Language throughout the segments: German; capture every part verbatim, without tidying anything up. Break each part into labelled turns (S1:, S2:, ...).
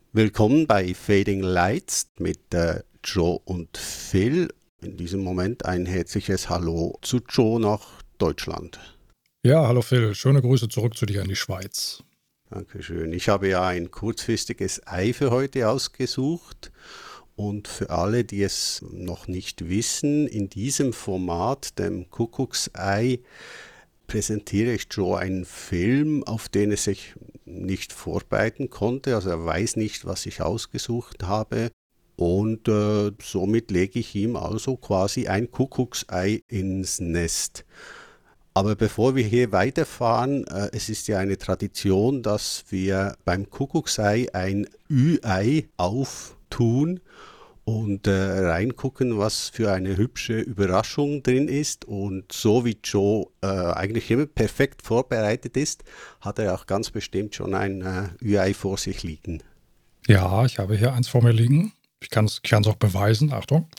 S1: Willkommen bei Fading Lights mit äh, Joe und Phil. In diesem Moment ein herzliches Hallo zu Joe nach Deutschland.
S2: Ja, hallo Phil, schöne Grüße zurück zu dir in die Schweiz.
S1: Dankeschön. Ich habe ja ein kurzfristiges Ei für heute ausgesucht. Und für alle, die es noch nicht wissen, in diesem Format, dem Kuckucksei, präsentiere ich Joe einen Film, auf den er sich nicht vorbereiten konnte. Also er weiß nicht, was ich ausgesucht habe. Und äh, somit lege ich ihm also quasi ein Kuckucksei ins Nest. Aber bevor wir hier weiterfahren, äh, es ist ja eine Tradition, dass wir beim Kuckucksei ein Ü-Ei auftun und äh, reingucken, was für eine hübsche Überraschung drin ist. Und so wie Joe äh, eigentlich immer perfekt vorbereitet ist, hat er auch ganz bestimmt schon ein äh, Ü-Ei vor sich liegen.
S2: Ja, ich habe hier eins vor mir liegen. Ich kann es auch beweisen. Achtung.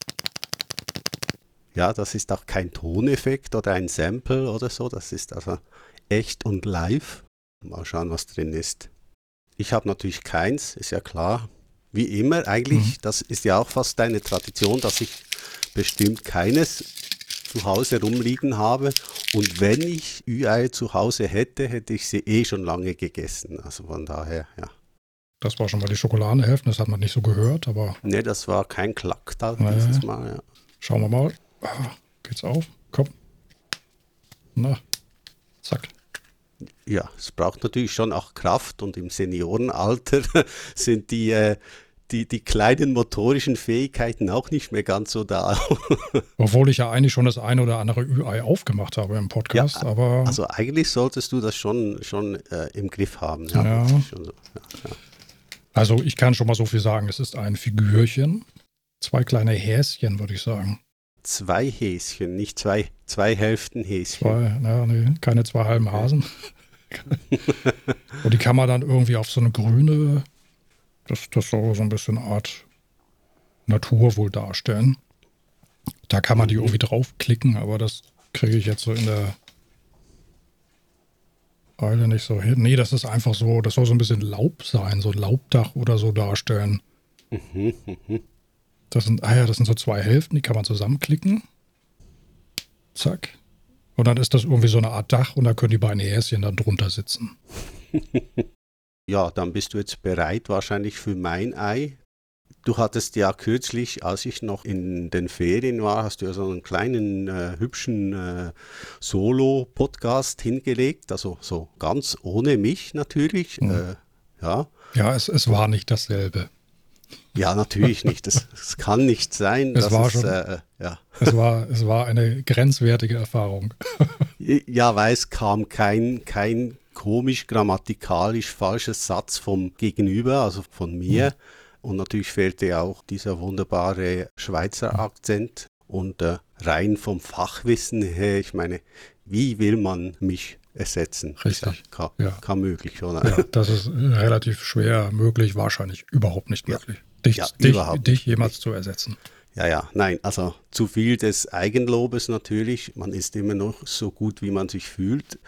S1: Ja, das ist auch kein Toneffekt oder ein Sample oder so. Das ist also echt und live. Mal schauen, was drin ist. Ich habe natürlich keins, ist ja klar. Wie immer, eigentlich, mhm. das ist ja auch fast eine Tradition, dass ich bestimmt keines zu Hause rumliegen habe. Und wenn ich Ü-Ei zu Hause hätte, hätte ich sie eh schon lange gegessen. Also von daher, ja.
S2: Das war schon mal die Schokoladenhälfte, das hat man nicht so gehört, aber...
S1: Ne, das war kein Klack da
S2: naja.
S1: dieses Mal, ja.
S2: Schauen wir mal. Ah, geht's auf? Komm. Na, zack.
S1: Ja, es braucht natürlich schon auch Kraft und im Seniorenalter sind die, äh, die, die kleinen motorischen Fähigkeiten auch nicht mehr ganz so da.
S2: Obwohl ich ja eigentlich schon das eine oder andere Ü-Ei aufgemacht habe im Podcast,
S1: ja,
S2: aber...
S1: Also eigentlich solltest du das schon, schon äh, im Griff haben. Ja,
S2: ja.
S1: Das ist schon so. Ja, ja.
S2: Also ich kann schon mal so viel sagen, es ist ein Figürchen, zwei kleine Häschen, würde ich sagen.
S1: Zwei Häschen, nicht zwei, zwei Hälften Häschen.
S2: Zwei, ja, nee, keine zwei halben Hasen. Und die kann man dann irgendwie auf so eine grüne, das, das soll so ein bisschen Art Natur wohl darstellen. Da kann man die irgendwie draufklicken, aber das kriege ich jetzt so in der Eile nicht so hin. Nee, das ist einfach so, das soll so ein bisschen Laub sein, so ein Laubdach oder so darstellen.
S1: Mhm, mhm.
S2: Das sind, ah ja, das sind so zwei Hälften, die kann man zusammenklicken. Zack. Und dann ist das irgendwie so eine Art Dach und da können die beiden Häschen dann drunter sitzen.
S1: Ja, dann bist du jetzt bereit wahrscheinlich für mein Ei. Du hattest ja kürzlich, als ich noch in den Ferien war, hast du ja so einen kleinen, äh, hübschen äh, Solo-Podcast hingelegt. Also so ganz ohne mich natürlich.
S2: Mhm.
S1: Äh, ja,
S2: ja es, es war nicht dasselbe.
S1: Ja, natürlich nicht. Das, das kann nicht sein.
S2: Es war
S1: es,
S2: schon,
S1: äh, ja.
S2: es war, es war eine grenzwertige Erfahrung.
S1: Ja, weil es kam kein, kein komisch, grammatikalisch falsches Satz vom Gegenüber, also von mir. Mhm. Und natürlich fehlte ja auch dieser wunderbare Schweizer Akzent. Und äh, rein vom Fachwissen her, ich meine, wie will man mich ersetzen?
S2: Richtig.
S1: Kaum
S2: ja.
S1: Kann möglich, oder?
S2: Ja, das ist relativ schwer möglich, wahrscheinlich überhaupt nicht möglich. Ja. Dich,
S1: ja,
S2: dich,
S1: überhaupt
S2: dich jemals zu ersetzen.
S1: Ja, ja, nein, also zu viel des Eigenlobes natürlich. Man ist immer noch so gut, wie man sich fühlt.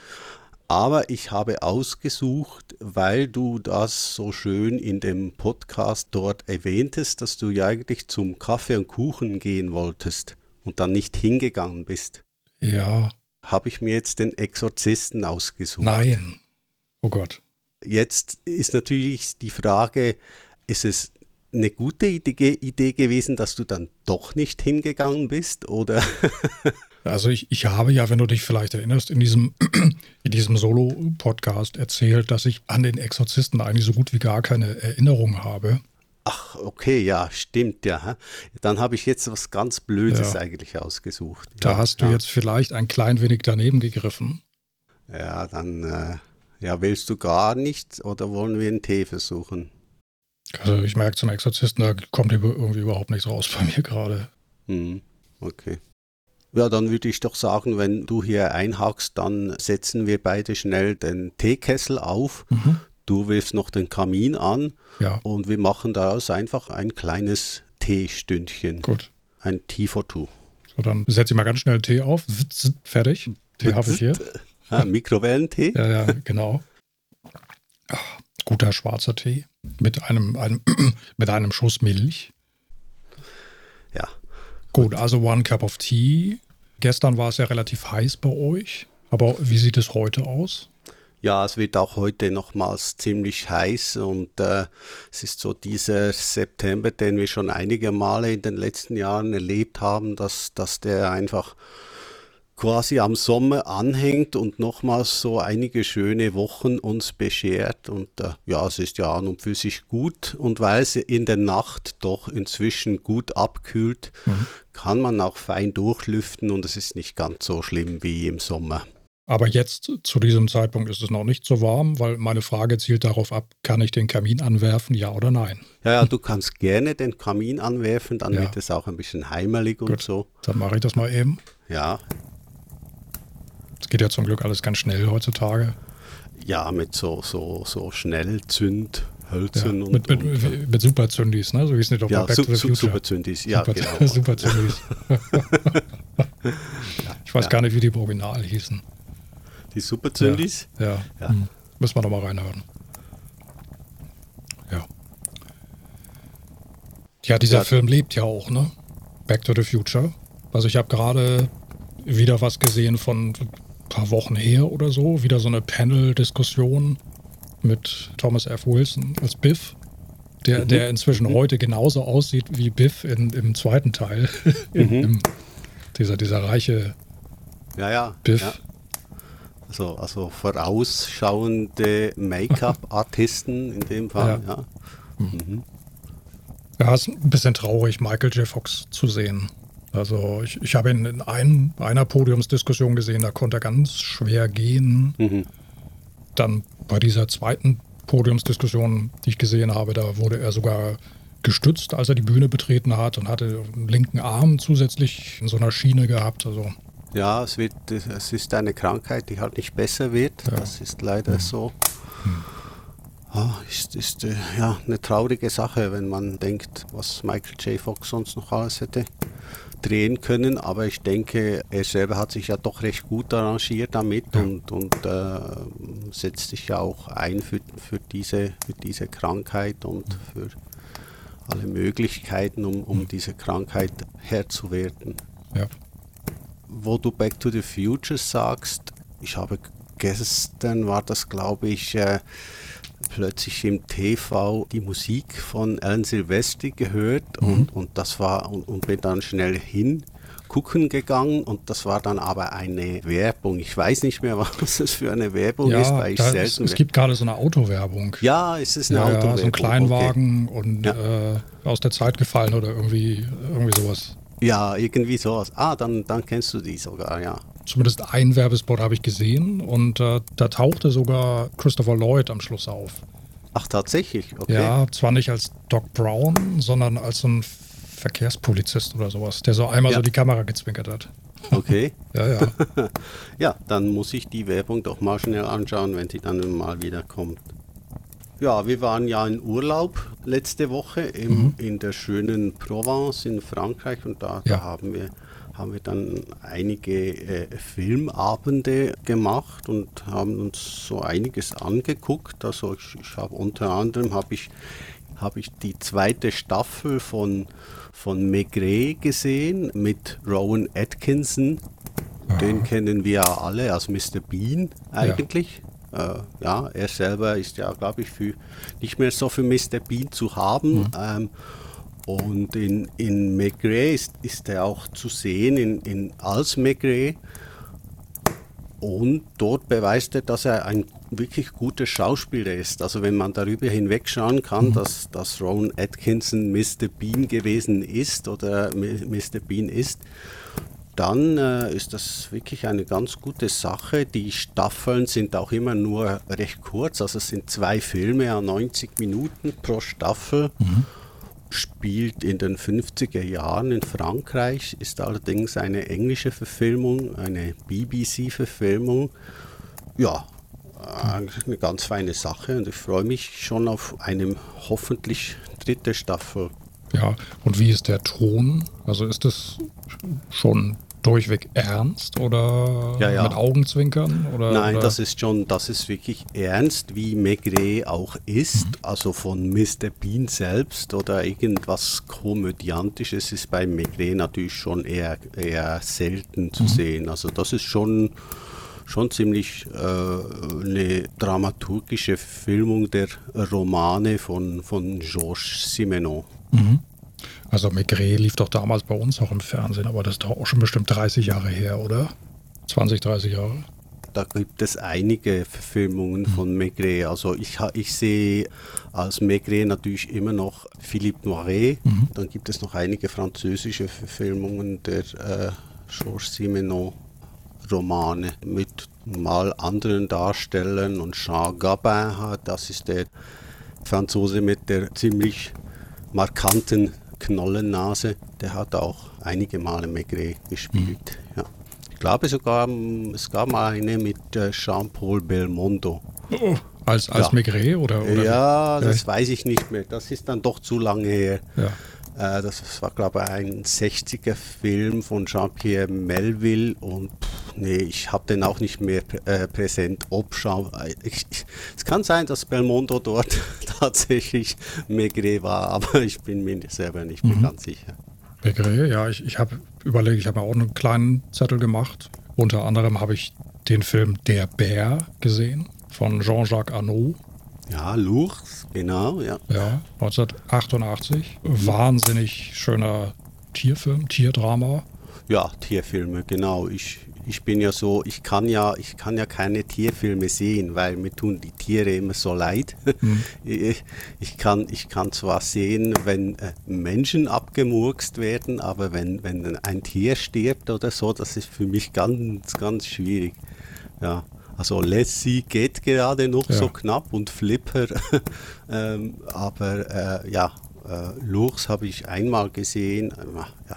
S1: Aber ich habe ausgesucht, weil du das so schön in dem Podcast dort erwähntest, dass du ja eigentlich zum Kaffee und Kuchen gehen wolltest und dann nicht hingegangen bist.
S2: Ja.
S1: Habe ich mir jetzt den Exorzisten ausgesucht.
S2: Nein. Oh Gott.
S1: Jetzt ist natürlich die Frage, ist es eine gute Idee, Idee gewesen, dass du dann doch nicht hingegangen bist, oder?
S2: Also ich, ich habe ja, wenn du dich vielleicht erinnerst, in diesem, in diesem Solo-Podcast erzählt, dass ich an den Exorzisten eigentlich so gut wie gar keine Erinnerung habe.
S1: Ach, okay, ja, stimmt, ja. Dann habe ich jetzt was ganz Blödes
S2: ja.
S1: eigentlich ausgesucht.
S2: Da
S1: ja,
S2: hast du
S1: ja.
S2: jetzt vielleicht ein klein wenig daneben gegriffen.
S1: Ja, dann äh, ja, willst du gar nichts oder wollen wir einen Tee versuchen?
S2: Also ich merke zum Exorzisten, da kommt irgendwie überhaupt nichts raus bei mir gerade.
S1: Hm, okay. Ja, dann würde ich doch sagen, wenn du hier einhakst, dann setzen wir beide schnell den Teekessel auf.
S2: Mhm.
S1: Du wirfst noch den Kamin an
S2: ja.
S1: und wir machen daraus einfach ein kleines Teestündchen.
S2: Gut.
S1: Ein Tea for Two.
S2: So, dann setze ich mal ganz schnell Tee auf. Fertig. Tee habe ich hier.
S1: Ah, Mikrowellentee?
S2: Ja, ja, genau. Ach, guter schwarzer Tee. mit einem, einem mit einem Schuss Milch.
S1: Ja.
S2: Gut, also One Cup of Tea. Gestern war es ja relativ heiß bei euch, aber wie sieht es heute aus?
S1: Ja, es wird auch heute nochmals ziemlich heiß und äh, es ist so dieser September, den wir schon einige Male in den letzten Jahren erlebt haben, dass, dass der einfach quasi am Sommer anhängt und nochmals so einige schöne Wochen uns beschert. Und äh, ja, es ist ja an und für sich gut. Und weil es in der Nacht doch inzwischen gut abkühlt, mhm. kann man auch fein durchlüften und es ist nicht ganz so schlimm wie im Sommer.
S2: Aber jetzt zu diesem Zeitpunkt ist es noch nicht so warm, weil meine Frage zielt darauf ab, kann ich den Kamin anwerfen, ja oder nein?
S1: Ja, ja, du kannst gerne den Kamin anwerfen, dann ja. wird es auch ein bisschen heimelig und
S2: Gut,
S1: so.
S2: Dann mache ich das mal eben.
S1: Ja.
S2: Es geht ja zum Glück alles ganz schnell heutzutage.
S1: Ja, mit so, so, so Schnellzündhölzern
S2: ja,
S1: und,
S2: mit, mit,
S1: und äh,
S2: mit Superzündis, ne? So hieß es nicht doch
S1: ja,
S2: mal Back
S1: su,
S2: to the
S1: su,
S2: Future.
S1: Superzündis, ja,
S2: Super,
S1: genau.
S2: Superzündis. Ich weiß
S1: ja.
S2: gar nicht, wie die im Original hießen.
S1: Die Superzündis?
S2: Ja, ja. ja. Hm. Müssen wir noch mal reinhören. Ja. Ja, dieser ja. Film lebt ja auch, ne? Back to the Future. Also ich habe gerade wieder was gesehen von ein paar Wochen her oder so. Wieder so eine Panel-Diskussion mit Thomas F. Wilson als Biff. Der, mhm. der inzwischen mhm. heute genauso aussieht wie Biff in, im zweiten Teil. in,
S1: mhm.
S2: im, dieser, dieser reiche
S1: ja, ja,
S2: Biff.
S1: Ja. Also, also vorausschauende Make-up-Artisten in dem Fall, ja. Ja,
S2: mhm. ja, ist ein bisschen traurig, Michael J. Fox zu sehen. Also ich, ich habe ihn in ein, einer Podiumsdiskussion gesehen, da konnte er ganz schwer gehen. Mhm. Dann bei dieser zweiten Podiumsdiskussion, die ich gesehen habe, da wurde er sogar gestützt, als er die Bühne betreten hat und hatte einen linken Arm zusätzlich in so einer Schiene gehabt. Also
S1: ja, es, wird, es ist eine Krankheit, die halt nicht besser wird. Ja. Das ist leider mhm. so. Mhm. Ah, ist, ist äh, ja, eine traurige Sache, wenn man denkt, was Michael J. Fox sonst noch alles hätte drehen können. Aber ich denke, er selber hat sich ja doch recht gut arrangiert damit ja. und, und äh, setzt sich ja auch ein für, für, diese, für diese Krankheit und für alle Möglichkeiten, um, um diese Krankheit Herr zu werden.
S2: Ja.
S1: Wo du Back to the Future sagst, ich habe gestern, war das glaube ich, äh, plötzlich im T V die Musik von Alan Silvestri gehört mhm. und, und das war und, und bin dann schnell hingucken gegangen und das war dann aber eine Werbung. Ich weiß nicht mehr, was es für eine Werbung
S2: ja,
S1: ist, weil ich selten...
S2: Es, es gibt gerade so eine Autowerbung.
S1: Ja, es ist eine
S2: ja,
S1: Autowerbung.
S2: Ja, so ein Kleinwagen
S1: okay.
S2: und
S1: ja.
S2: äh, aus der Zeit gefallen oder irgendwie, irgendwie sowas.
S1: Ja, irgendwie sowas. Ah, dann, dann kennst du die sogar, ja.
S2: Zumindest ein Werbespot habe ich gesehen und äh, da tauchte sogar Christopher Lloyd am Schluss auf.
S1: Ach, tatsächlich? Okay.
S2: Ja, zwar nicht als Doc Brown, sondern als so ein Verkehrspolizist oder sowas, der so einmal ja. so die Kamera gezwinkert hat.
S1: Okay.
S2: ja, ja.
S1: Ja, dann muss ich die Werbung doch mal schnell anschauen, wenn sie dann mal wieder kommt. Ja, wir waren ja in Urlaub letzte Woche im, mhm. in der schönen Provence in Frankreich und da, ja. da haben wir haben wir dann einige äh, Filmabende gemacht und haben uns so einiges angeguckt. Also ich, ich habe unter anderem habe ich habe ich die zweite Staffel von von Maigret gesehen mit Rowan Atkinson. Aha. Den kennen wir ja alle als Mister Bean eigentlich. Ja. Äh, ja, er selber ist ja, glaube ich, für, nicht mehr so für Mister Bean zu haben. Mhm. Ähm, und in, in Maigret ist, ist er auch zu sehen, in, in als Maigret. Und dort beweist er, dass er ein wirklich guter Schauspieler ist. Also wenn man darüber hinwegschauen kann, mhm. dass, dass Rowan Atkinson Mister Bean gewesen ist oder Mister Bean ist, dann äh, ist das wirklich eine ganz gute Sache. Die Staffeln sind auch immer nur recht kurz, also es sind zwei Filme an neunzig Minuten pro Staffel. Mhm. Spielt in den fünfziger Jahren in Frankreich, ist allerdings eine englische Verfilmung, eine B B C-Verfilmung. Ja, eine ganz feine Sache und ich freue mich schon auf eine hoffentlich dritte Staffel.
S2: Ja, und wie ist der Ton? Also ist das schon durchweg ernst oder
S1: Ja, ja.
S2: mit Augenzwinkern? Oder,
S1: Nein,
S2: oder?
S1: das ist schon, das ist wirklich ernst, wie Maigret auch ist. Mhm. Also von Mister Bean selbst oder irgendwas Komödiantisches ist bei Maigret natürlich schon eher, eher selten zu mhm. sehen. Also das ist schon, schon ziemlich äh, eine dramaturgische Filmung der Romane von, von Georges Simenon.
S2: Mhm. Also Maigret lief doch damals bei uns auch im Fernsehen, aber das ist doch auch schon bestimmt dreißig Jahre her, oder? zwanzig, dreißig Jahre?
S1: Da gibt es einige Verfilmungen mhm. von Maigret. Also ich, ich sehe als Maigret natürlich immer noch Philippe Noiret. Mhm. Dann gibt es noch einige französische Verfilmungen der äh, Georges Simenon Romane mit mal anderen Darstellern. Und Jean Gabin, das ist der Franzose mit der ziemlich markanten Knollennase, der hat auch einige Male Maigret gespielt. Mhm. Ja. Ich glaube sogar, es gab mal eine mit Jean-Paul Belmondo.
S2: Oh, als als ja. Maigret oder, oder?
S1: Ja, das ja. weiß ich nicht mehr. Das ist dann doch zu lange her.
S2: Ja.
S1: Äh, das war, glaube ich, ein sechziger Film von Jean-Pierre Melville und pff, nee, ich habe den auch nicht mehr äh, präsent. Ob Jean, ich, ich, es kann sein, dass Belmondo dort tatsächlich Maigret war, aber ich bin mir selber nicht mehr mhm. ganz sicher.
S2: Maigret, ja, ich, ich habe überlegt, ich habe auch einen kleinen Zettel gemacht. Unter anderem habe ich den Film Der Bär gesehen von Jean-Jacques Annaud.
S1: Ja, L'Ours, genau, ja.
S2: Ja, neunzehnhundertachtundachtzig. Wahnsinnig schöner Tierfilm, Tierdrama.
S1: Ja, Tierfilme, genau. Ich, ich bin ja so, ich kann ja, ich kann ja keine Tierfilme sehen, weil mir tun die Tiere immer so leid. Hm. Ich, ich, kann, ich kann zwar sehen, wenn äh, Menschen abgemurkst werden, aber wenn, wenn ein Tier stirbt oder so, das ist für mich ganz, ganz schwierig. Ja. Also Lassie geht gerade noch ja. so knapp und Flipper, ähm, aber äh, ja, äh, L'Ours habe ich einmal gesehen, ja,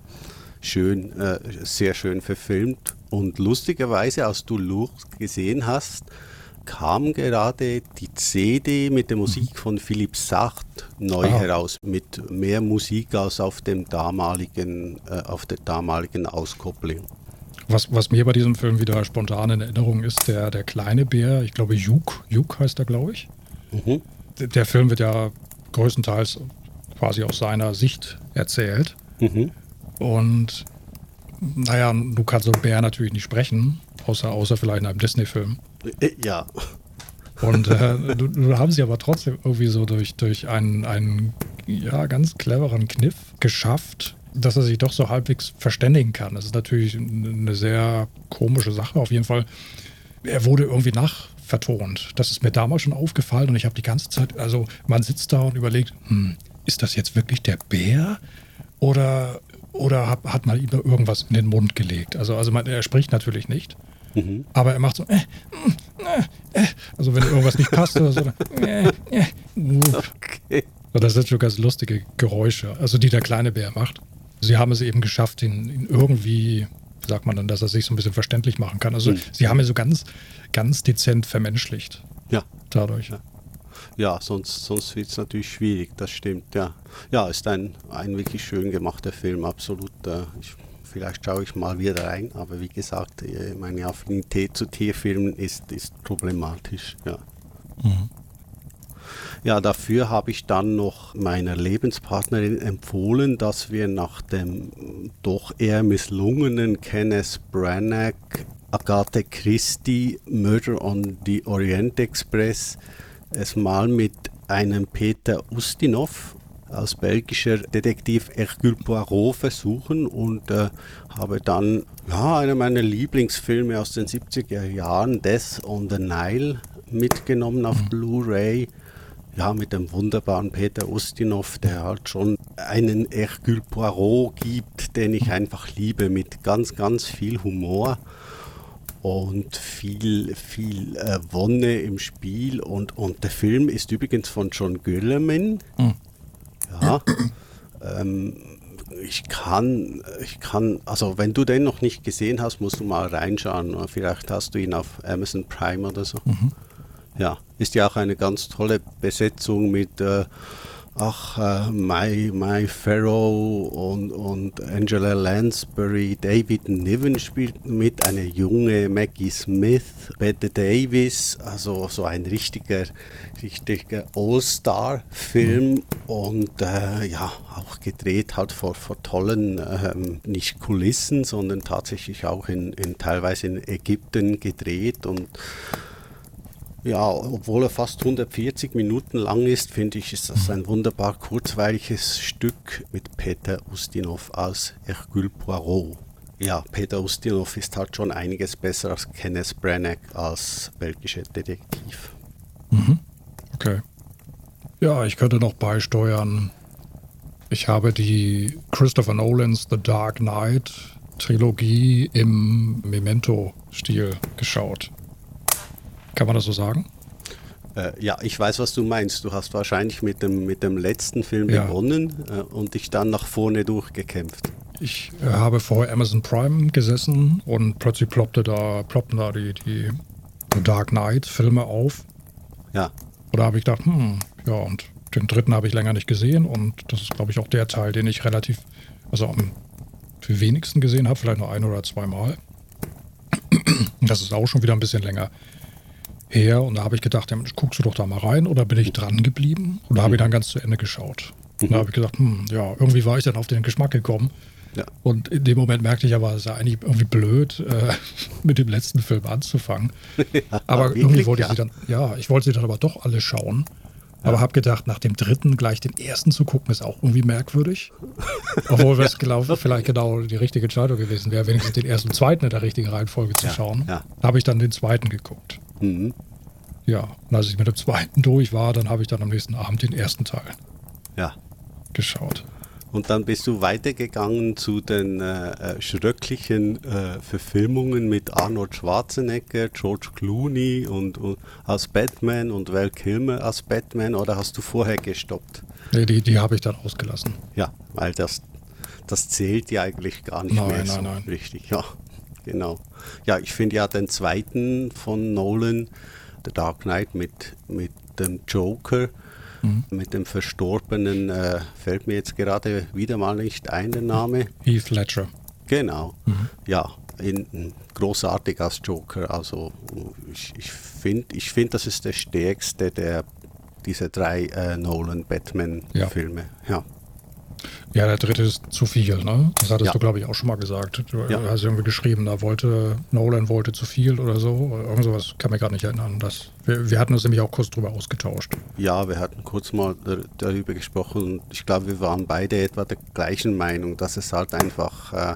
S1: schön, äh, sehr schön verfilmt und lustigerweise, als du L'Ours gesehen hast, kam gerade die C D mit der Musik von Philippe Sartre neu ah. heraus, mit mehr Musik als auf dem damaligen, äh, auf der damaligen Auskopplung.
S2: Was, was mir bei diesem Film wieder spontan in Erinnerung ist, der, der kleine Bär, ich glaube Juk, Juk heißt er, glaube ich. Mhm. Der, der Film wird ja größtenteils quasi aus seiner Sicht erzählt. Mhm. Und naja, du kannst so einen Bär natürlich nicht sprechen, außer, außer vielleicht in einem Disney-Film.
S1: Ja.
S2: Und äh, du, du haben sie aber trotzdem irgendwie so durch, durch einen, einen ja, ganz cleveren Kniff geschafft, dass er sich doch so halbwegs verständigen kann. Das ist natürlich eine sehr komische Sache. Auf jeden Fall, er wurde irgendwie nachvertont. Das ist mir damals schon aufgefallen und ich habe die ganze Zeit, also man sitzt da und überlegt, hm, ist das jetzt wirklich der Bär oder, oder hat, hat man ihm irgendwas in den Mund gelegt? Also, also man, er spricht natürlich nicht, mhm. aber er macht so, äh, äh, äh, also wenn irgendwas nicht passt oder so, dann, äh, äh, okay. Das sind schon ganz lustige Geräusche, also die der kleine Bär macht. Sie haben es eben geschafft, ihn, ihn irgendwie, wie sagt man dann, dass er sich so ein bisschen verständlich machen kann. Also mhm. sie haben ihn so ganz, ganz dezent vermenschlicht.
S1: Ja.
S2: Dadurch.
S1: Ja, ja sonst, sonst wird es natürlich schwierig, das stimmt, ja. Ja, ist ein, ein wirklich schön gemachter Film, absolut. Ich, vielleicht schaue ich mal wieder rein, aber wie gesagt, meine Affinität zu Tierfilmen ist, ist problematisch, ja. Mhm. Ja, dafür habe ich dann noch meiner Lebenspartnerin empfohlen, dass wir nach dem doch eher misslungenen Kenneth Branagh, Agatha Christie, Murder on the Orient Express es mal mit einem Peter Ustinov als belgischer Detektiv Hercule Poirot versuchen und äh, habe dann ja, einer meiner Lieblingsfilme aus den siebziger Jahren, Death on the Nile, mitgenommen auf Blu-ray. Ja, mit dem wunderbaren Peter Ustinov, der halt schon einen Hercule Poirot gibt, den ich einfach liebe, mit ganz, ganz viel Humor und viel, viel äh, Wonne im Spiel. Und, und der Film ist übrigens von John Guillermin. Mhm. Ja, ähm, ich kann, ich kann, also wenn du den noch nicht gesehen hast, musst du mal reinschauen. Vielleicht hast du ihn auf Amazon Prime oder so. Mhm. Ja, ist ja auch eine ganz tolle Besetzung mit äh, ach, äh, My, My Farrow und, und Angela Lansbury, David Niven spielt mit, eine junge Maggie Smith, Bette Davis, also so ein richtiger, richtiger All-Star-Film mhm. und äh, ja, auch gedreht halt vor, vor tollen, ähm, nicht Kulissen, sondern tatsächlich auch in, in teilweise in Ägypten gedreht und ja, obwohl er fast hundertvierzig Minuten lang ist, finde ich, ist das ein wunderbar kurzweiliges Stück mit Peter Ustinov als Hercule Poirot. Ja, Peter Ustinov ist halt schon einiges besser als Kenneth Branagh als belgischer Detektiv.
S2: Mhm. Okay. Ja, ich könnte noch beisteuern. Ich habe die Christopher Nolans The Dark Knight Trilogie im Memento-Stil geschaut. Kann man das so sagen?
S1: Äh, ja, ich weiß, was du meinst. Du hast wahrscheinlich mit dem, mit dem letzten Film ja. begonnen äh, und dich dann nach vorne durchgekämpft.
S2: Ich äh, habe vor Amazon Prime gesessen und plötzlich ploppte da, ploppten da die, die Dark Knight-Filme auf.
S1: Ja.
S2: Und da habe ich gedacht, hm, ja, und den dritten habe ich länger nicht gesehen und das ist, glaube ich, auch der Teil, den ich relativ, also am wenigsten gesehen habe, vielleicht nur ein oder zweimal. Das ist auch schon wieder ein bisschen länger her und da habe ich gedacht, ja, Mensch, guckst du doch da mal rein oder bin ich dran geblieben und da habe ich dann ganz zu Ende geschaut. Und da habe ich gedacht, hm, ja, irgendwie war ich dann auf den Geschmack gekommen
S1: ja.
S2: und in dem Moment merkte ich aber, es ist ja eigentlich irgendwie blöd, äh, mit dem letzten Film anzufangen. Ja, aber wirklich, irgendwie wollte ich ja. sie dann, ja, ich wollte sie dann aber doch alle schauen, ja. aber habe gedacht, nach dem dritten gleich den ersten zu gucken, ist auch irgendwie merkwürdig. Obwohl es genau, vielleicht genau die richtige Entscheidung gewesen wäre, wenigstens den ersten und zweiten in der richtigen Reihenfolge zu
S1: ja.
S2: schauen.
S1: Ja.
S2: Da habe ich dann den zweiten geguckt.
S1: Mhm.
S2: Ja, und als ich mit dem zweiten durch war, dann habe ich dann am nächsten Abend den ersten Teil
S1: ja.
S2: geschaut.
S1: Und dann bist du weitergegangen zu den äh, schrecklichen äh, Verfilmungen mit Arnold Schwarzenegger, George Clooney und, und als Batman und Val Kilmer als Batman, oder hast du vorher gestoppt?
S2: Nee, die, die habe ich dann ausgelassen.
S1: Ja, weil das, das zählt ja eigentlich gar nicht
S2: nein,
S1: mehr
S2: nein,
S1: so
S2: nein.
S1: richtig. Ja, genau. Ja, ich finde ja den zweiten von Nolan, The Dark Knight mit, mit dem Joker, mhm. mit dem verstorbenen, äh, fällt mir jetzt gerade wieder mal nicht ein, der Name.
S2: Heath Ledger.
S1: Genau,
S2: mhm.
S1: ja, in, großartig als Joker. Also ich, ich finde, ich find, das ist der stärkste der dieser drei äh, Nolan-Batman-Filme. Ja. ja.
S2: Ja, der dritte ist zu viel, ne? Das hattest
S1: ja.
S2: du, glaube ich, auch schon mal gesagt. Du
S1: ja.
S2: hast irgendwie geschrieben, da wollte, Nolan wollte zu viel oder so. Oder irgend sowas, kann mich gar nicht erinnern. Das, wir, wir hatten uns nämlich auch kurz drüber ausgetauscht.
S1: Ja, wir hatten kurz mal darüber gesprochen und ich glaube, wir waren beide etwa der gleichen Meinung, dass es halt einfach, äh,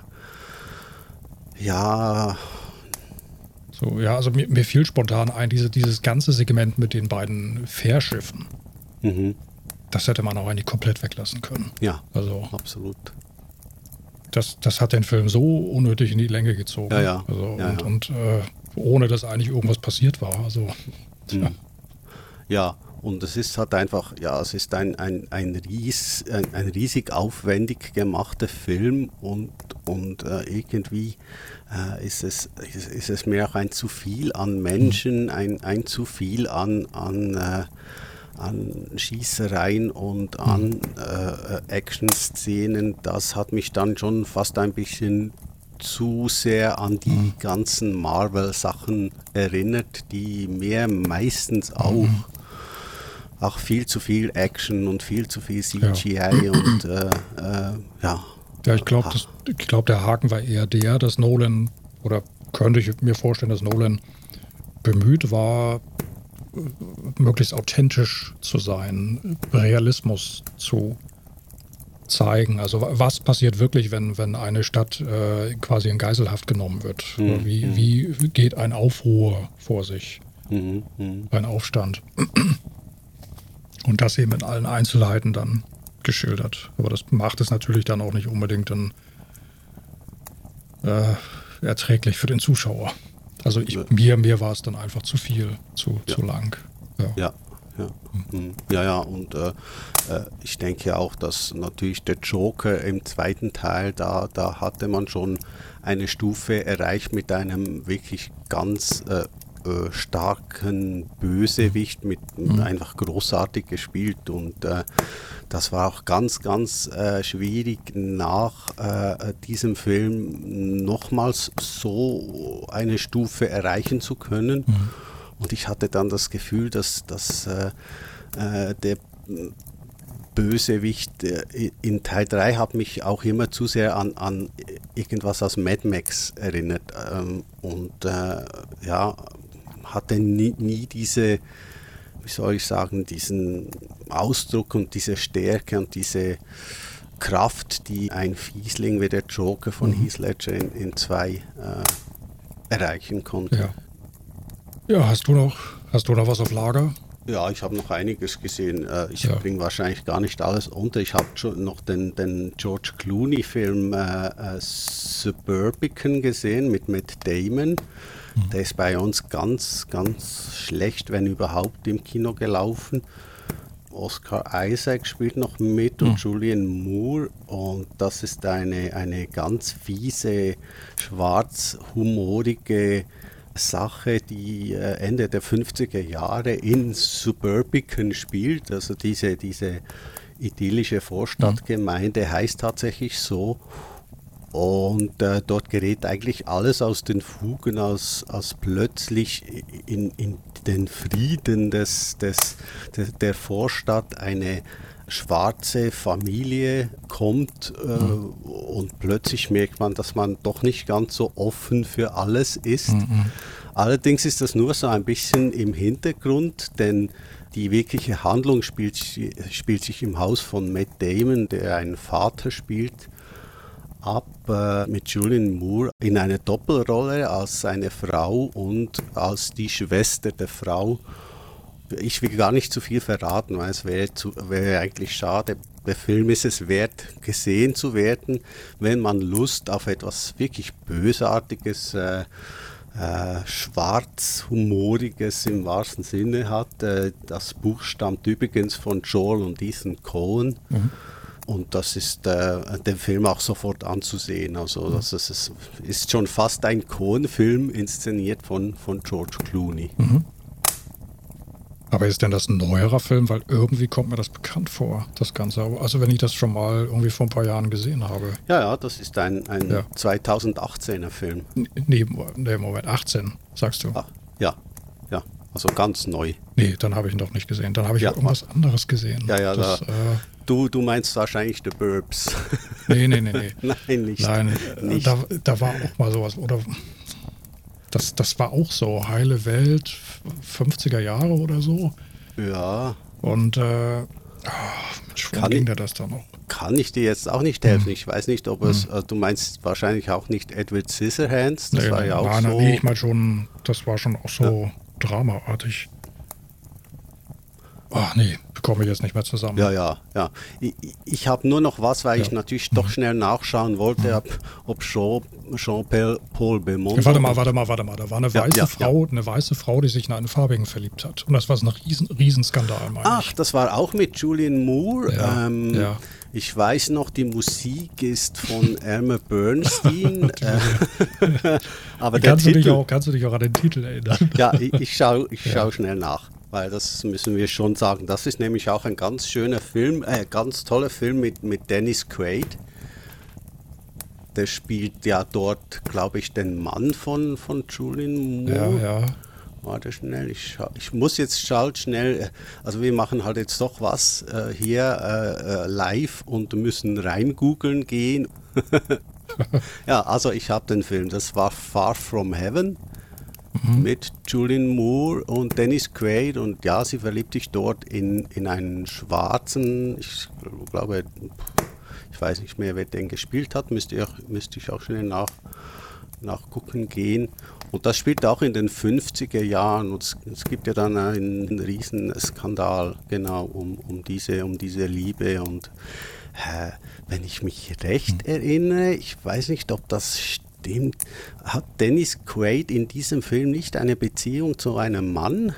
S1: ja...
S2: So, ja, also mir, mir fiel spontan ein, diese, dieses ganze Segment mit den beiden Fährschiffen.
S1: Mhm.
S2: Das hätte man auch eigentlich komplett weglassen können.
S1: Ja,
S2: also,
S1: absolut.
S2: Das, das hat den Film so unnötig in die Länge gezogen.
S1: Ja, ja.
S2: Also,
S1: ja,
S2: und
S1: ja.
S2: und äh, ohne dass eigentlich irgendwas passiert war. Also,
S1: mhm. Ja, und es ist halt einfach, ja, es ist ein, ein, ein, ries, ein, ein riesig aufwendig gemachter Film und, und äh, irgendwie äh, ist, es, ist, ist es mir auch ein zu viel an Menschen, mhm. ein, ein zu viel an, an äh, an Schießereien und an äh, Action-Szenen, das hat mich dann schon fast ein bisschen zu sehr an die mhm. ganzen Marvel-Sachen erinnert, die mir meistens auch, mhm. auch viel zu viel Action und viel zu viel C G I ja. und äh, äh, ja.
S2: Ja, ich glaube, glaub, der Haken war eher der, dass Nolan, oder könnte ich mir vorstellen, dass Nolan bemüht war, möglichst authentisch zu sein, Realismus zu zeigen. Also was passiert wirklich, wenn, wenn eine Stadt äh, quasi in Geiselhaft genommen wird? Mhm. Wie, wie geht ein Aufruhr vor sich?
S1: Mhm. Mhm.
S2: Ein Aufstand. Und das eben in allen Einzelheiten dann geschildert. Aber das macht es natürlich dann auch nicht unbedingt dann, äh, erträglich für den Zuschauer. Also ich, mir, mir war es dann einfach zu viel, zu, ja. zu lang. Ja,
S1: ja, ja. Mhm. ja, ja. Und äh, ich denke auch, dass natürlich der Joker im zweiten Teil, da, da hatte man schon eine Stufe erreicht mit einem wirklich ganz äh, äh, starken Bösewicht mit
S2: Mhm.
S1: einfach großartig gespielt und äh, das war auch ganz, ganz äh, schwierig nach äh, diesem Film nochmals so eine Stufe erreichen zu können.
S2: Mhm.
S1: Und ich hatte dann das Gefühl, dass, dass äh, äh, der Bösewicht äh, in Teil drei hat mich auch immer zu sehr an, an irgendwas aus Mad Max erinnert. Ähm, und äh, ja, hatte nie, nie diese, wie soll ich sagen, diesen Ausdruck und diese Stärke und diese Kraft, die ein Fiesling wie der Joker von
S2: Mhm.
S1: Heath Ledger in, in zwei äh, erreichen konnte.
S2: Ja. Ja, hast du noch, hast du noch was auf Lager?
S1: Ja, ich habe noch einiges gesehen. Äh, Ich
S2: Ja.
S1: bringe wahrscheinlich gar nicht alles unter. Ich habe schon noch den, den George Clooney-Film äh, äh, Suburbican gesehen mit Matt Damon.
S2: Mhm.
S1: Der ist bei uns ganz, ganz schlecht, wenn überhaupt, im Kino gelaufen. Oscar Isaac spielt noch mit und
S2: Mhm.
S1: Julianne Moore. Und das ist eine, eine ganz fiese, schwarz-humorige Sache, die äh, Ende der fünfziger Jahre in Suburbican spielt. Also diese, diese idyllische Vorstadtgemeinde heißt tatsächlich so. Und äh, dort gerät eigentlich alles aus den Fugen, als, als plötzlich in, in den Frieden des, des, der, der Vorstadt eine schwarze Familie kommt äh,
S2: Mhm.
S1: und plötzlich merkt man, dass man doch nicht ganz so offen für alles ist.
S2: Mhm.
S1: Allerdings ist das nur so ein bisschen im Hintergrund, denn die wirkliche Handlung spielt, spielt sich im Haus von Matt Damon, der einen Vater spielt, ab äh, mit Julianne Moore in einer Doppelrolle als seine Frau und als die Schwester der Frau. Ich will gar nicht zu viel verraten, weil es wäre, zu, wäre eigentlich schade. Der Film ist es wert, gesehen zu werden, wenn man Lust auf etwas wirklich Bösartiges, äh, äh, schwarz-humoriges im wahrsten Sinne hat. Äh, das Buch stammt übrigens von Joel und Ethan Coen.
S2: Mhm.
S1: Und das ist äh, dem Film auch sofort anzusehen. Also das ist, es ist schon fast ein Coen-Film, inszeniert von, von George Clooney.
S2: Mhm. Aber ist denn das ein neuerer Film? Weil irgendwie kommt mir das bekannt vor, das Ganze. Also wenn ich das schon mal irgendwie vor ein paar Jahren gesehen habe.
S1: Ja, ja, das ist ein, ein
S2: Ja.
S1: zweitausendachtzehner Film.
S2: N- Nee, nee, Moment, achtzehn, sagst du.
S1: Ah, ja, ja, also ganz neu.
S2: Nee, dann habe ich ihn doch nicht gesehen. Dann habe ich
S1: Ja.
S2: irgendwas anderes gesehen.
S1: Ja, ja,
S2: das,
S1: da-
S2: äh,
S1: Du, du meinst wahrscheinlich The Burbs.
S2: nee, nee, nee, nee.
S1: Nein, nicht.
S2: Nein, äh,
S1: nicht.
S2: da, da war auch mal sowas. Oder das, das war auch so. Heile Welt, fünfziger Jahre oder so.
S1: Ja,
S2: Und äh, ah, Mensch, wann
S1: Kann
S2: ging
S1: ich-
S2: der das dann noch?
S1: kann ich dir jetzt auch nicht helfen. Ich weiß nicht, ob es, äh, du meinst wahrscheinlich auch nicht Edward Scissorhands, das
S2: Nee,
S1: war ja auch
S2: nein,
S1: so.
S2: nee, ich meine schon, das war schon auch so dramaartig. Ach nee, bekomme ich jetzt nicht mehr zusammen.
S1: Ja, ja, ja. Ich, ich habe nur noch was, weil
S2: Ja.
S1: ich natürlich doch schnell nachschauen wollte, ob, ob Jean, Jean-Paul Belmondo...
S2: Ja, warte mal, warte mal, warte mal. Da war eine
S1: Ja,
S2: weiße
S1: ja,
S2: Frau, eine weiße Frau, die sich in einen Farbigen verliebt hat. Und das war ein Riesen, Riesenskandal, meine
S1: Ach, das war auch mit Julianne Moore.
S2: Ja,
S1: ähm,
S2: ja.
S1: Ich weiß noch, die Musik ist von Elmer Bernstein. äh, aber
S2: ich.
S1: der
S2: Kannst du, dich
S1: Titel...
S2: auch, kannst du dich auch an den Titel erinnern?
S1: Ja, ich, ich schaue ich
S2: Ja.
S1: schau schnell nach, weil das müssen wir schon sagen. Das ist nämlich auch ein ganz schöner Film, äh, ganz toller Film mit, mit Dennis Quaid. Der spielt ja dort, glaube ich, den Mann von, von Julianne Moore.
S2: Ja, ja.
S1: Warte schnell, ich, schau, ich muss jetzt schalt schnell, äh, also wir machen halt jetzt doch was äh, hier äh, äh, live und müssen rein googeln gehen. Ja, also ich habe den Film, das war Far From Heaven mit Julianne Moore und Dennis Quaid und ja, sie verliebt sich dort in, in einen schwarzen, ich glaube, ich weiß nicht mehr, wer den gespielt hat, müsste ich, auch- müsste ich auch schnell nach, nachgucken gehen. Und das spielt auch in den fünfziger Jahren und es, es gibt ja dann einen riesen Skandal, genau, um, um, diese, um diese Liebe und äh, wenn ich mich recht erinnere, ich weiß nicht, ob das stimmt, hat Dennis Quaid in diesem Film nicht eine Beziehung zu einem Mann?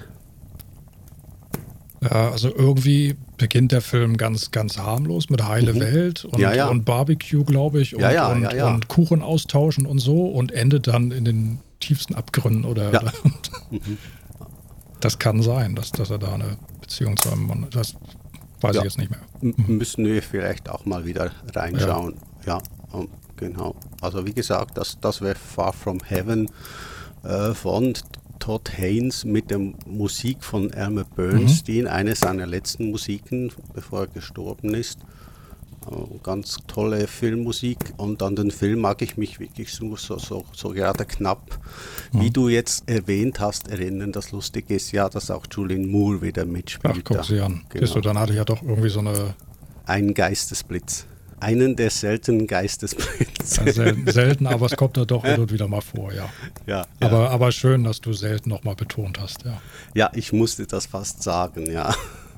S2: Ja, also irgendwie beginnt der Film ganz, ganz harmlos mit Heile
S1: Mhm.
S2: Welt und,
S1: Ja, ja.
S2: und Barbecue, glaube ich, und,
S1: Ja, ja,
S2: und,
S1: ja, ja.
S2: und Kuchen austauschen und so und endet dann in den tiefsten Abgründen oder,
S1: Ja.
S2: oder mhm. Das kann sein, dass, dass er da eine Beziehung zu einem Mann, das weiß ja. ich jetzt nicht mehr.
S1: M- müssen wir vielleicht auch mal wieder reinschauen. Ja, ja um, genau. Also wie gesagt, das, das wäre Far From Heaven äh, von Todd Haynes mit der Musik von Elmer Bernstein, mhm. eine seiner letzten Musiken, bevor er gestorben ist. Ganz tolle Filmmusik, und an den Film mag ich mich wirklich so, so, so, so gerade knapp, mhm. wie du jetzt erwähnt hast, erinnern. Das Lustige ist ja, dass auch Julianne Moore wieder mitspielt.
S2: Ach, guck sie an. Genau. Du, dann hatte ich ja doch irgendwie so eine...
S1: Einen Geistesblitz. Einen der seltenen Geistesblitze.
S2: Ja, sel selten, aber es kommt da doch hin und wieder mal vor, ja.
S1: Ja,
S2: aber,
S1: ja.
S2: aber schön, dass du selten nochmal betont hast, ja.
S1: Ja, ich musste das fast sagen, ja.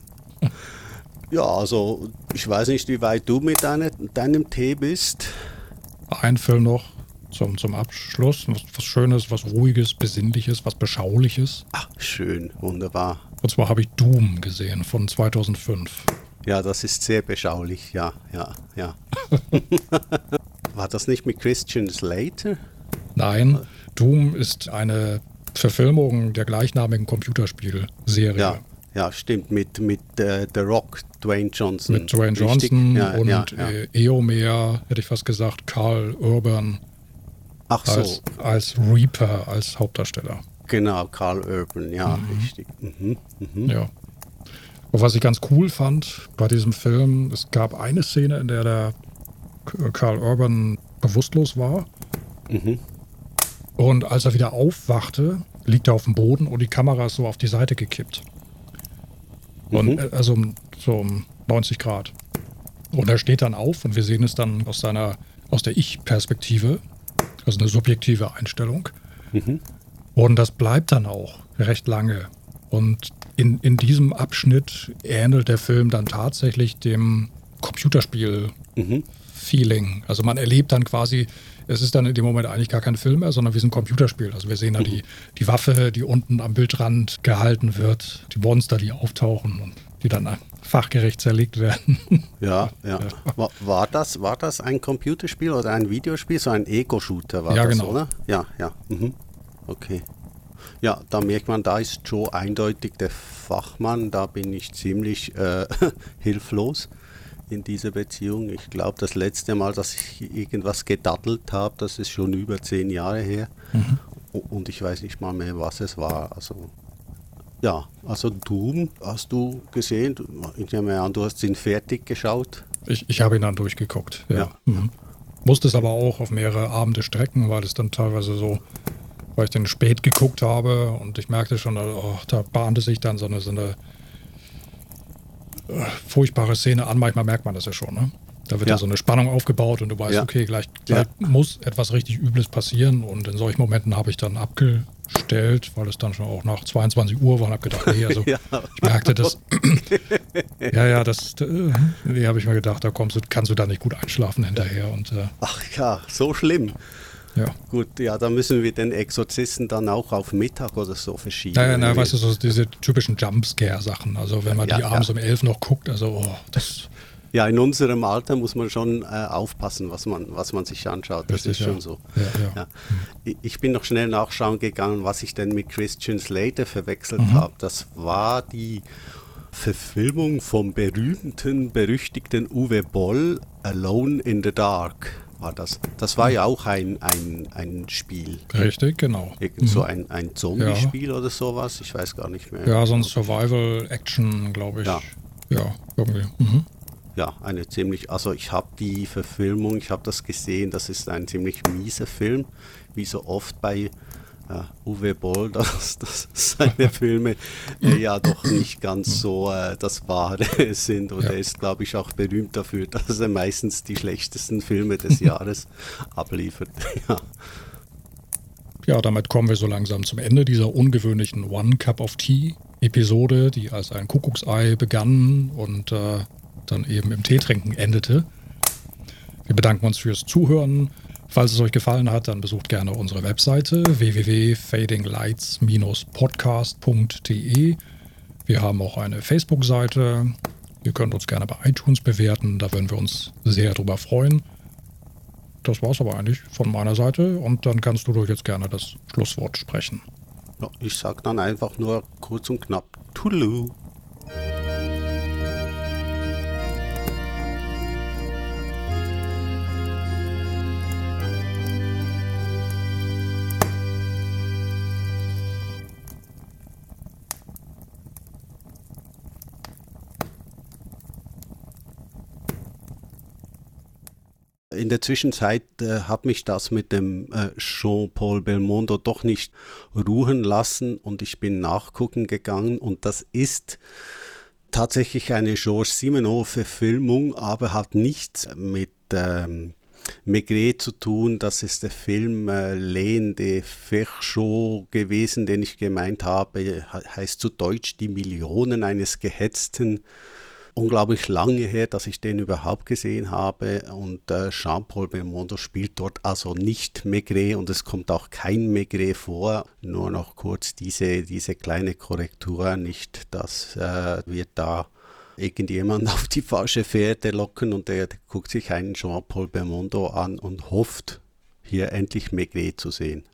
S1: Ja, also ich weiß nicht, wie weit du mit deine, deinem Tee bist.
S2: Ein Film noch zum, zum Abschluss. Was, was Schönes, was Ruhiges, Besinnliches, was Beschauliches.
S1: Ach, schön, wunderbar.
S2: Und zwar habe ich Doom gesehen von zweitausendfünf.
S1: Ja, das ist sehr beschaulich, ja, ja, ja. War das nicht mit Christian Slater?
S2: Nein, Doom ist eine Verfilmung der gleichnamigen Computerspielserie.
S1: Ja. Ja, stimmt, mit, mit äh, The Rock, Dwayne Johnson.
S2: Mit Dwayne
S1: Richtig?
S2: Johnson
S1: ja,
S2: und
S1: ja, ja.
S2: Äh, Eomer, hätte ich fast gesagt, Karl Urban.
S1: Ach so.
S2: Als, als Reaper, als Hauptdarsteller.
S1: Genau, Karl Urban, ja, mhm. richtig. Mhm, mhm.
S2: Ja. Und was ich ganz cool fand bei diesem Film, es gab eine Szene, in der der Karl Urban bewusstlos war. Mhm. Und als er wieder aufwachte, liegt er auf dem Boden und die Kamera ist so auf die Seite gekippt. Und mhm. also so um neunzig Grad. Und er steht dann auf und wir sehen es dann aus seiner, aus der Ich-Perspektive, also eine subjektive Einstellung. Mhm. Und das bleibt dann auch recht lange. Und in, in diesem Abschnitt ähnelt der Film dann tatsächlich dem Computerspiel-Feeling. Mhm. Also man erlebt dann quasi, es ist dann in dem Moment eigentlich gar kein Film mehr, sondern wie ein Computerspiel. Also wir sehen dann mhm. die, die Waffe, die unten am Bildrand gehalten wird, die Monster, die auftauchen und die dann fachgerecht zerlegt werden.
S1: Ja, ja. War, war, das, war das ein Computerspiel oder ein Videospiel? So ein Ego-Shooter war
S2: ja,
S1: das,
S2: genau.
S1: oder? Ja, ja. Mhm. Okay. Ja, da merkt man, da ist Joe eindeutig der Fachmann. Da bin ich ziemlich äh, hilflos in dieser Beziehung. Ich glaube, das letzte Mal, dass ich irgendwas gedaddelt habe, das ist schon über zehn Jahre her. Mhm. Und ich weiß nicht mal mehr, was es war. Also ja, also Doom hast du gesehen. Ich nehme an, du hast ihn fertig geschaut.
S2: Ich, ich habe ihn dann durchgeguckt, ja.
S1: ja.
S2: Mhm. Musste es aber auch auf mehrere Abende strecken, weil es dann teilweise so, weil ich den spät geguckt habe und ich merkte schon, oh, da bahnte sich dann so eine, so eine furchtbare Szene an, manchmal merkt man das ja schon, ne? Da wird ja so eine Spannung aufgebaut und du weißt, ja. okay, gleich, gleich ja. muss etwas richtig Übles passieren und in solchen Momenten habe ich dann abgestellt, weil es dann schon auch nach zweiundzwanzig Uhr war und habe gedacht, nee, also ja. ich merkte das, ja, ja, das, nee, habe ich mir gedacht, da kommst du, kannst du da nicht gut einschlafen hinterher und äh,
S1: ach ja, so schlimm.
S2: Ja.
S1: Gut, ja, da müssen wir den Exorzisten dann auch auf Mittag oder so verschieben.
S2: Naja, na, weißt du, so diese typischen Jumpscare-Sachen, also wenn man ja, die abends ja. um elf noch guckt, also oh, das...
S1: Ja, in unserem Alter muss man schon äh, aufpassen, was man, was man sich anschaut. Das Richtig, ist schon ja. so.
S2: Ja, ja.
S1: Ja. Ich bin noch schnell nachschauen gegangen, was ich denn mit Christian Slater verwechselt mhm. habe. Das war die Verfilmung vom berühmten, berüchtigten Uwe Boll, Alone in the Dark. War das. Das war ja auch ein, ein, ein Spiel.
S2: Richtig, genau.
S1: Irgend so ein, ein Zombie-Spiel ja. oder sowas, ich weiß gar nicht mehr.
S2: Ja, so ein Survival-Action, glaube ich.
S1: Ja,
S2: ja irgendwie. Mhm.
S1: Ja, eine ziemlich, also ich habe die Verfilmung, ich habe das gesehen, das ist ein ziemlich mieser Film, wie so oft bei äh, Uwe Boll, dass, dass seine Filme äh, ja doch nicht ganz so äh, das Wahre sind. Und ja. er ist, glaube ich, auch berühmt dafür, dass er meistens die schlechtesten Filme des Jahres abliefert. Ja.
S2: Ja, damit kommen wir so langsam zum Ende dieser ungewöhnlichen One Cup of Tea Episode, die als ein Kuckucksei begann und äh, dann eben im Teetrinken endete. Wir bedanken uns fürs Zuhören. Falls es euch gefallen hat, dann besucht gerne unsere Webseite w w w punkt fading lights dash podcast punkt d e. Wir haben auch eine Facebook-Seite. Ihr könnt uns gerne bei iTunes bewerten, da würden wir uns sehr drüber freuen. das war's aber eigentlich von meiner Seite und dann kannst du doch jetzt gerne das Schlusswort sprechen.
S1: Ja, ich sage dann einfach nur kurz und knapp Toodaloo. In der Zwischenzeit äh, hat mich das mit dem äh, Jean-Paul Belmondo doch nicht ruhen lassen und ich bin nachgucken gegangen und das ist tatsächlich eine Georges Simenon-Verfilmung, aber hat nichts mit ähm, Maigret zu tun. Das ist der Film äh, L'Haine des Ferchaux gewesen, den ich gemeint habe, heißt zu Deutsch Die Millionen eines Gehetzten. Unglaublich lange her, dass ich den überhaupt gesehen habe und äh, Jean-Paul Belmondo spielt dort also nicht Maigret und es kommt auch kein Maigret vor. Nur noch kurz diese, diese kleine Korrektur, nicht, dass äh, wir da irgendjemand auf die falsche Fährte locken und der, der guckt sich einen Jean-Paul Belmondo an und hofft, hier endlich Maigret zu sehen.